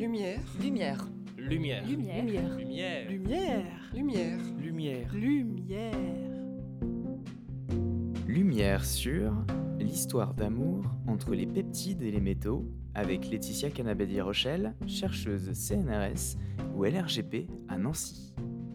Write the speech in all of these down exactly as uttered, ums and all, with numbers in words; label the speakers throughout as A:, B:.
A: Lumière.
B: Lumière.
C: Lumière.
B: Lumière.
C: Lumière.
A: Lumière.
C: Lumière.
A: Lumière.
C: Lumière.
D: Lumière sur l'histoire d'amour entre les peptides et les métaux avec Laetitia Canabedi-Rochelle, chercheuse C N R S ou L R G P à Nancy.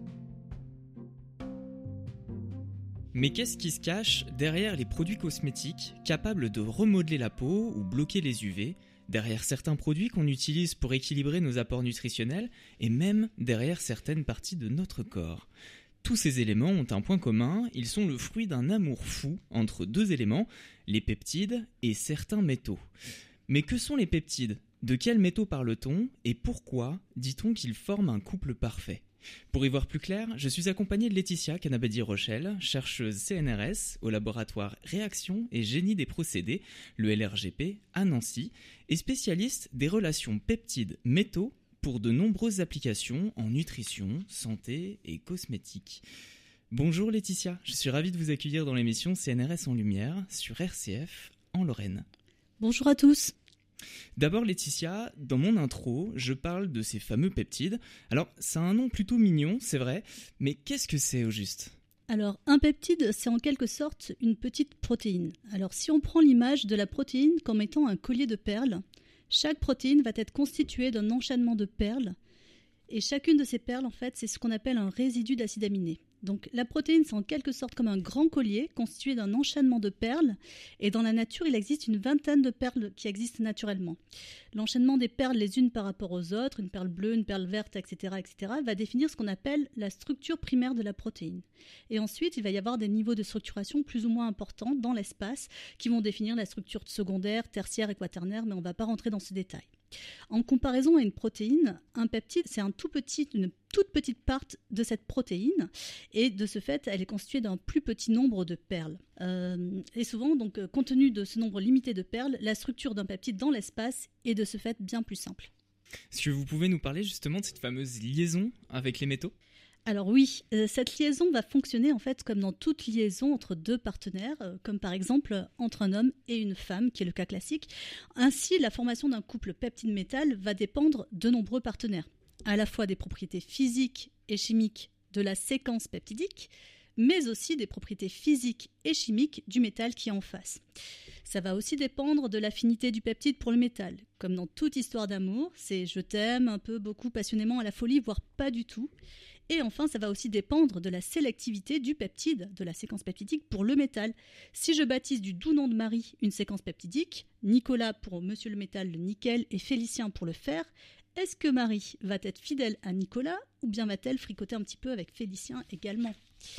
E: Mais qu'est-ce qui se cache derrière les produits cosmétiques capables de remodeler la peau ou bloquer les U V, derrière certains produits qu'on utilise pour équilibrer nos apports nutritionnels et même derrière certaines parties de notre corps? Tous ces éléments ont un point commun, ils sont le fruit d'un amour fou entre deux éléments, les peptides et certains métaux. Mais que sont les peptides? De quels métaux parle-t-on et pourquoi dit-on qu'ils forment un couple parfait? Pour y voir plus clair, je suis accompagné de Laetitia Canabedi-Rochelle, chercheuse C N R S au laboratoire Réaction et Génie des procédés, le L R G P, à Nancy, et spécialiste des relations peptides-métaux pour de nombreuses applications en nutrition, santé et cosmétique. Bonjour Laetitia, je suis ravie de vous accueillir dans l'émission C N R S en Lumière sur R C F en Lorraine.
F: Bonjour à tous.
E: D'abord Laetitia, dans mon intro, je parle de ces fameux peptides. Alors, ça a un nom plutôt mignon, c'est vrai, mais qu'est-ce que c'est au juste ?
F: Alors, un peptide, c'est en quelque sorte une petite protéine. Alors, si on prend l'image de la protéine comme étant un collier de perles, chaque protéine va être constituée d'un enchaînement de perles, et chacune de ces perles, en fait, c'est ce qu'on appelle un résidu d'acide aminé. Donc la protéine, c'est en quelque sorte comme un grand collier constitué d'un enchaînement de perles. Et dans la nature, il existe une vingtaine de perles qui existent naturellement. L'enchaînement des perles les unes par rapport aux autres, une perle bleue, une perle verte, et cetera, et cetera, va définir ce qu'on appelle la structure primaire de la protéine. Et ensuite, il va y avoir des niveaux de structuration plus ou moins importants dans l'espace qui vont définir la structure secondaire, tertiaire et quaternaire, mais on ne va pas rentrer dans ce détail. En comparaison à une protéine, un peptide, c'est un tout petit, une toute petite part de cette protéine et de ce fait, elle est constituée d'un plus petit nombre de perles. Euh, et souvent, donc, compte tenu de ce nombre limité de perles, la structure d'un peptide dans l'espace est de ce fait bien plus simple.
E: Est-ce que vous pouvez nous parler justement de cette fameuse liaison avec les métaux ?
F: Alors oui, euh, cette liaison va fonctionner en fait comme dans toute liaison entre deux partenaires, euh, comme par exemple entre un homme et une femme, qui est le cas classique. Ainsi, la formation d'un couple peptide-métal va dépendre de nombreux partenaires, à la fois des propriétés physiques et chimiques de la séquence peptidique, mais aussi des propriétés physiques et chimiques du métal qui est en face. Ça va aussi dépendre de l'affinité du peptide pour le métal. Comme dans toute histoire d'amour, c'est je t'aime un peu, beaucoup, passionnément, à la folie, voire pas du tout. Et enfin, ça va aussi dépendre de la sélectivité du peptide, de la séquence peptidique pour le métal. Si je baptise du doux nom de Marie une séquence peptidique, Nicolas pour Monsieur le métal, le nickel, et Félicien pour le fer, est-ce que Marie va être fidèle à Nicolas ou bien va-t-elle fricoter un petit peu avec Félicien également ?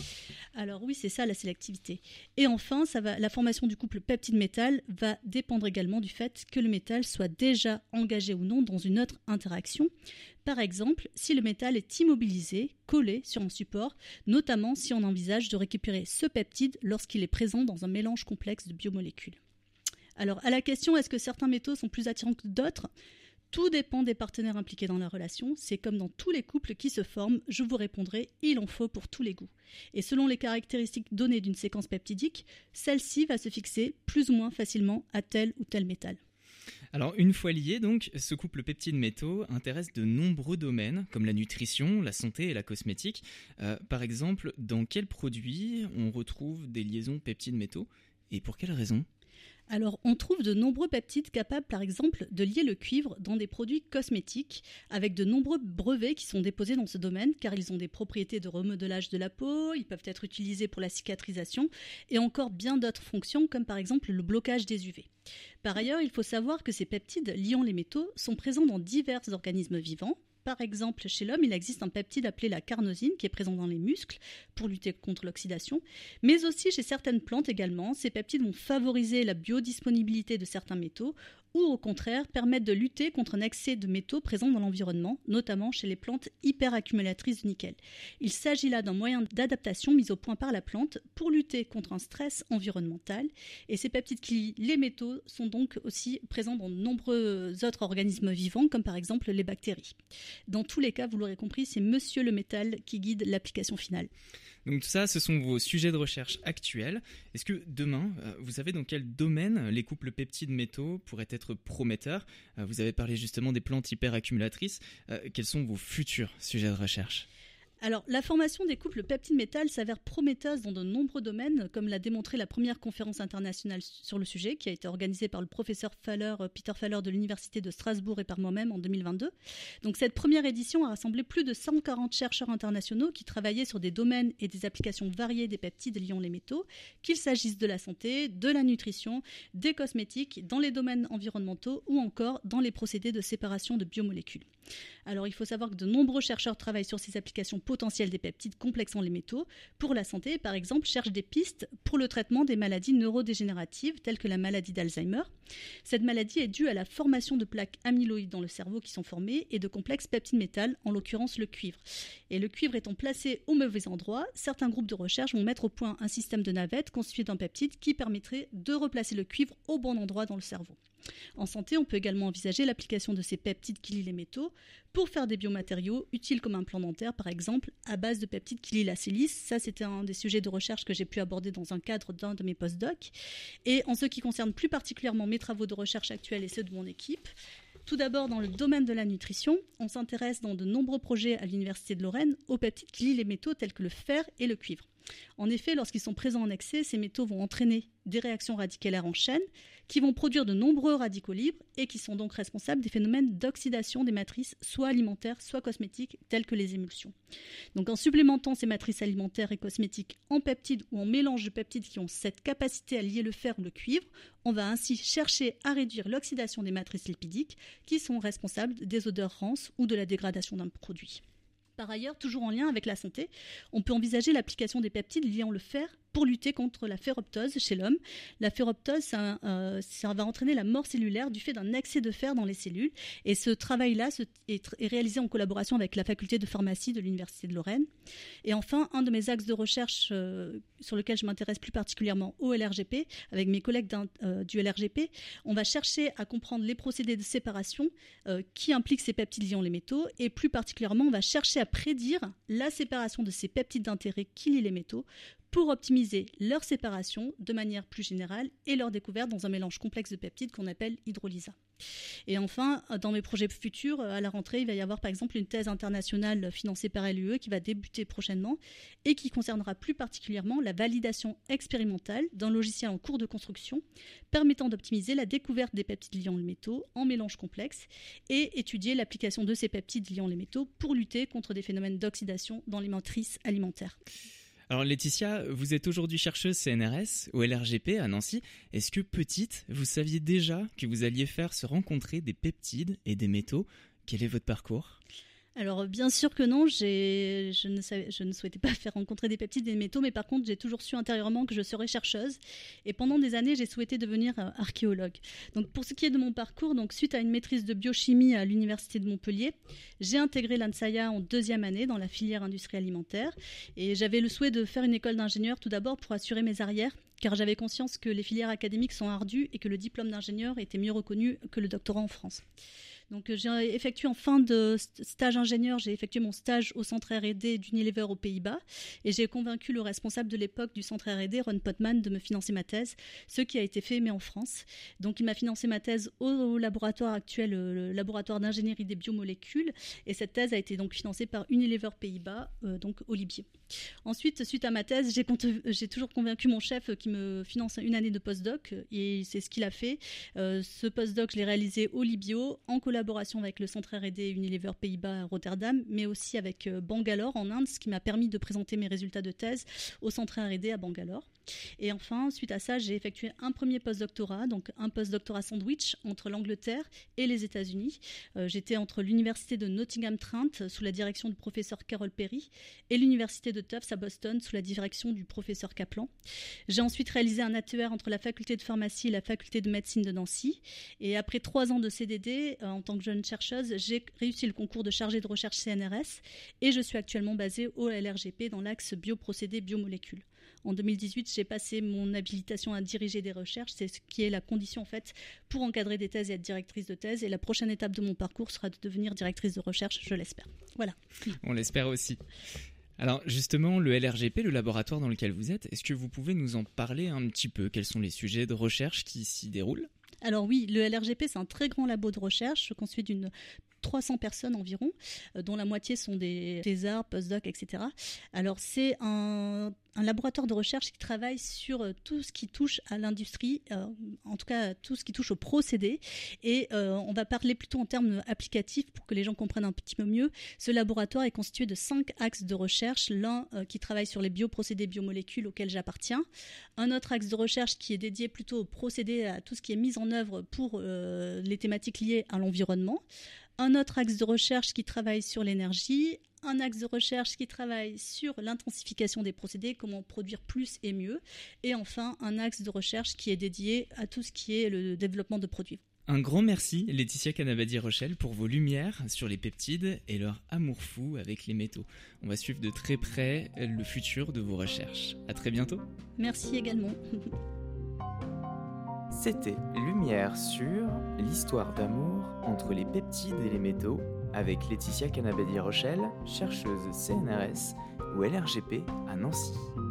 F: Alors oui, c'est ça la sélectivité. Et enfin, ça va, la formation du couple peptide-métal va dépendre également du fait que le métal soit déjà engagé ou non dans une autre interaction. Par exemple, si le métal est immobilisé, collé sur un support, notamment si on envisage de récupérer ce peptide lorsqu'il est présent dans un mélange complexe de biomolécules. Alors à la question, est-ce que certains métaux sont plus attirants que d'autres ? Tout dépend des partenaires impliqués dans la relation. C'est comme dans tous les couples qui se forment, je vous répondrai, il en faut pour tous les goûts. Et selon les caractéristiques données d'une séquence peptidique, celle-ci va se fixer plus ou moins facilement à tel ou tel métal.
E: Alors une fois lié, donc, ce couple peptide-métaux intéresse de nombreux domaines, comme la nutrition, la santé et la cosmétique. Euh, par exemple, dans quels produits on retrouve des liaisons peptide-métaux et pour quelles raisons ?
F: Alors, on trouve de nombreux peptides capables, par exemple, de lier le cuivre dans des produits cosmétiques, avec de nombreux brevets qui sont déposés dans ce domaine, car ils ont des propriétés de remodelage de la peau, ils peuvent être utilisés pour la cicatrisation, et encore bien d'autres fonctions, comme par exemple le blocage des U V. Par ailleurs, il faut savoir que ces peptides liant les métaux sont présents dans divers organismes vivants. Par exemple, chez l'homme, il existe un peptide appelé la carnosine qui est présent dans les muscles pour lutter contre l'oxydation, mais aussi chez certaines plantes également. Ces peptides vont favoriser la biodisponibilité de certains métaux ou au contraire permettre de lutter contre un excès de métaux présents dans l'environnement, notamment chez les plantes hyperaccumulatrices de nickel. Il s'agit là d'un moyen d'adaptation mis au point par la plante pour lutter contre un stress environnemental. Et ces peptides qui lient les métaux sont donc aussi présents dans de nombreux autres organismes vivants, comme par exemple les bactéries. Dans tous les cas, vous l'aurez compris, c'est Monsieur le métal qui guide l'application finale.
E: Donc tout ça, ce sont vos sujets de recherche actuels. Est-ce que demain, vous savez dans quel domaine les couples peptides-métaux pourraient être prometteurs ? Vous avez parlé justement des plantes hyperaccumulatrices. Quels sont vos futurs sujets de recherche ?
F: Alors, la formation des couples peptides-métal s'avère prometteuse dans de nombreux domaines, comme l'a démontré la première conférence internationale sur le sujet, qui a été organisée par le professeur Faller, Peter Faller de l'Université de Strasbourg et par moi-même en deux mille vingt-deux. Donc, cette première édition a rassemblé plus de cent quarante chercheurs internationaux qui travaillaient sur des domaines et des applications variées des peptides liant les métaux, qu'il s'agisse de la santé, de la nutrition, des cosmétiques, dans les domaines environnementaux ou encore dans les procédés de séparation de biomolécules. Alors, il faut savoir que de nombreux chercheurs travaillent sur ces applications potentielles des peptides complexant les métaux. Pour la santé, par exemple, cherchent des pistes pour le traitement des maladies neurodégénératives telles que la maladie d'Alzheimer. Cette maladie est due à la formation de plaques amyloïdes dans le cerveau qui sont formées et de complexes peptides-métal, en l'occurrence le cuivre. Et le cuivre étant placé au mauvais endroit, certains groupes de recherche vont mettre au point un système de navette constitué d'un peptide qui permettrait de replacer le cuivre au bon endroit dans le cerveau. En santé, on peut également envisager l'application de ces peptides qui lient les métaux pour faire des biomatériaux utiles comme un plan dentaire, par exemple, à base de peptides qui lient la silice. Ça, c'était un des sujets de recherche que j'ai pu aborder dans un cadre d'un de mes post-docs. Et en ce qui concerne plus particulièrement mes travaux de recherche actuels et ceux de mon équipe, tout d'abord, dans le domaine de la nutrition, on s'intéresse dans de nombreux projets à l'Université de Lorraine aux peptides qui lient les métaux tels que le fer et le cuivre. En effet, lorsqu'ils sont présents en excès, ces métaux vont entraîner des réactions radicallaires en chaîne qui vont produire de nombreux radicaux libres et qui sont donc responsables des phénomènes d'oxydation des matrices soit alimentaires, soit cosmétiques, telles que les émulsions. Donc en supplémentant ces matrices alimentaires et cosmétiques en peptides ou en mélange de peptides qui ont cette capacité à lier le fer ou le cuivre, on va ainsi chercher à réduire l'oxydation des matrices lipidiques qui sont responsables des odeurs rances ou de la dégradation d'un produit. Par ailleurs, toujours en lien avec la santé, on peut envisager l'application des peptides liant le fer pour lutter contre la ferroptose chez l'homme. La ferroptose, ça, euh, ça va entraîner la mort cellulaire du fait d'un excès de fer dans les cellules. Et ce travail-là se, est, est réalisé en collaboration avec la faculté de pharmacie de l'Université de Lorraine. Et enfin, un de mes axes de recherche euh, sur lequel je m'intéresse plus particulièrement au L R G P, avec mes collègues euh, du L R G P, on va chercher à comprendre les procédés de séparation euh, qui impliquent ces peptides liant les métaux. Et plus particulièrement, on va chercher à prédire la séparation de ces peptides d'intérêt qui lient les métaux pour optimiser leur séparation de manière plus générale et leur découverte dans un mélange complexe de peptides qu'on appelle hydrolysa. Et enfin, dans mes projets futurs, à la rentrée, il va y avoir par exemple une thèse internationale financée par l'U E qui va débuter prochainement et qui concernera plus particulièrement la validation expérimentale d'un logiciel en cours de construction permettant d'optimiser la découverte des peptides liant les métaux en mélange complexe et étudier l'application de ces peptides liant les métaux pour lutter contre des phénomènes d'oxydation dans les matrices alimentaires.
E: Alors Laetitia, vous êtes aujourd'hui chercheuse C N R S au L R G P à Nancy. Est-ce que petite, vous saviez déjà que vous alliez faire se rencontrer des peptides et des métaux ? Quel est votre parcours ?
F: Alors bien sûr que non, j'ai, je, ne savais, je ne souhaitais pas faire rencontrer des peptides et des métaux, mais par contre j'ai toujours su intérieurement que je serais chercheuse et pendant des années j'ai souhaité devenir euh, archéologue. Donc pour ce qui est de mon parcours, donc suite à une maîtrise de biochimie à l'université de Montpellier, j'ai intégré l'ANSAIA en deuxième année dans la filière industrie alimentaire et j'avais le souhait de faire une école d'ingénieur tout d'abord pour assurer mes arrières, car j'avais conscience que les filières académiques sont ardues et que le diplôme d'ingénieur était mieux reconnu que le doctorat en France. Donc j'ai effectué en fin de stage ingénieur, j'ai effectué mon stage au centre R et D d'Unilever aux Pays-Bas et j'ai convaincu le responsable de l'époque du centre R et D, Ron Potman, de me financer ma thèse, ce qui a été fait mais en France. Donc il m'a financé ma thèse au laboratoire actuel, le laboratoire d'ingénierie des biomolécules, et cette thèse a été donc financée par Unilever Pays-Bas, euh, donc Olivier. Ensuite, suite à ma thèse, j'ai, j'ai toujours convaincu mon chef qui me finance une année de postdoc et c'est ce qu'il a fait. Euh, ce postdoc, je l'ai réalisé au Libio en collaboration avec le centre R et D Unilever Pays-Bas à Rotterdam, mais aussi avec Bangalore en Inde, ce qui m'a permis de présenter mes résultats de thèse au centre R et D à Bangalore. Et enfin, suite à ça, j'ai effectué un premier postdoctorat, donc un postdoctorat sandwich entre l'Angleterre et les États-Unis. Euh, j'étais entre l'université de Nottingham-Trent sous la direction du professeur Carol Perry et l'université de Tufts à Boston sous la direction du professeur Kaplan. J'ai ensuite réalisé un A T E R entre la faculté de pharmacie et la faculté de médecine de Nancy. Et après trois ans de C D D, euh, en tant que jeune chercheuse, j'ai réussi le concours de chargée de recherche C N R S et je suis actuellement basée au L R G P dans l'axe bioprocédés biomolécules. En deux mille dix-huit, j'ai passé mon habilitation à diriger des recherches, c'est ce qui est la condition en fait pour encadrer des thèses et être directrice de thèse. Et la prochaine étape de mon parcours sera de devenir directrice de recherche, je l'espère. Voilà.
E: On l'espère aussi. Alors justement, le L R G P, le laboratoire dans lequel vous êtes, est-ce que vous pouvez nous en parler un petit peu? Quels sont les sujets de recherche qui s'y déroulent?
F: Alors oui, le L R G P, c'est un très grand labo de recherche constitué d'une trois cents personnes environ, euh, dont la moitié sont des thésards, postdocs, et cetera. Alors c'est un, un laboratoire de recherche qui travaille sur euh, tout ce qui touche à l'industrie, euh, en tout cas tout ce qui touche aux procédés. Et euh, on va parler plutôt en termes applicatifs pour que les gens comprennent un petit peu mieux. Ce laboratoire est constitué de cinq axes de recherche. L'un euh, qui travaille sur les bioprocédés, biomolécules auxquels j'appartiens. Un autre axe de recherche qui est dédié plutôt aux procédés, à tout ce qui est mis en œuvre pour euh, les thématiques liées à l'environnement. Un autre axe de recherche qui travaille sur l'énergie, un axe de recherche qui travaille sur l'intensification des procédés, comment produire plus et mieux, et enfin un axe de recherche qui est dédié à tout ce qui est le développement de produits.
E: Un grand merci Laetitia Canabadi-Rochel pour vos lumières sur les peptides et leur amour fou avec les métaux. On va suivre de très près le futur de vos recherches. À très bientôt.
F: Merci également.
D: C'était Lumière sur l'histoire d'amour entre les peptides et les métaux avec Laetitia Canabadi-Rochel, chercheuse C N R S ou L R G P à Nancy.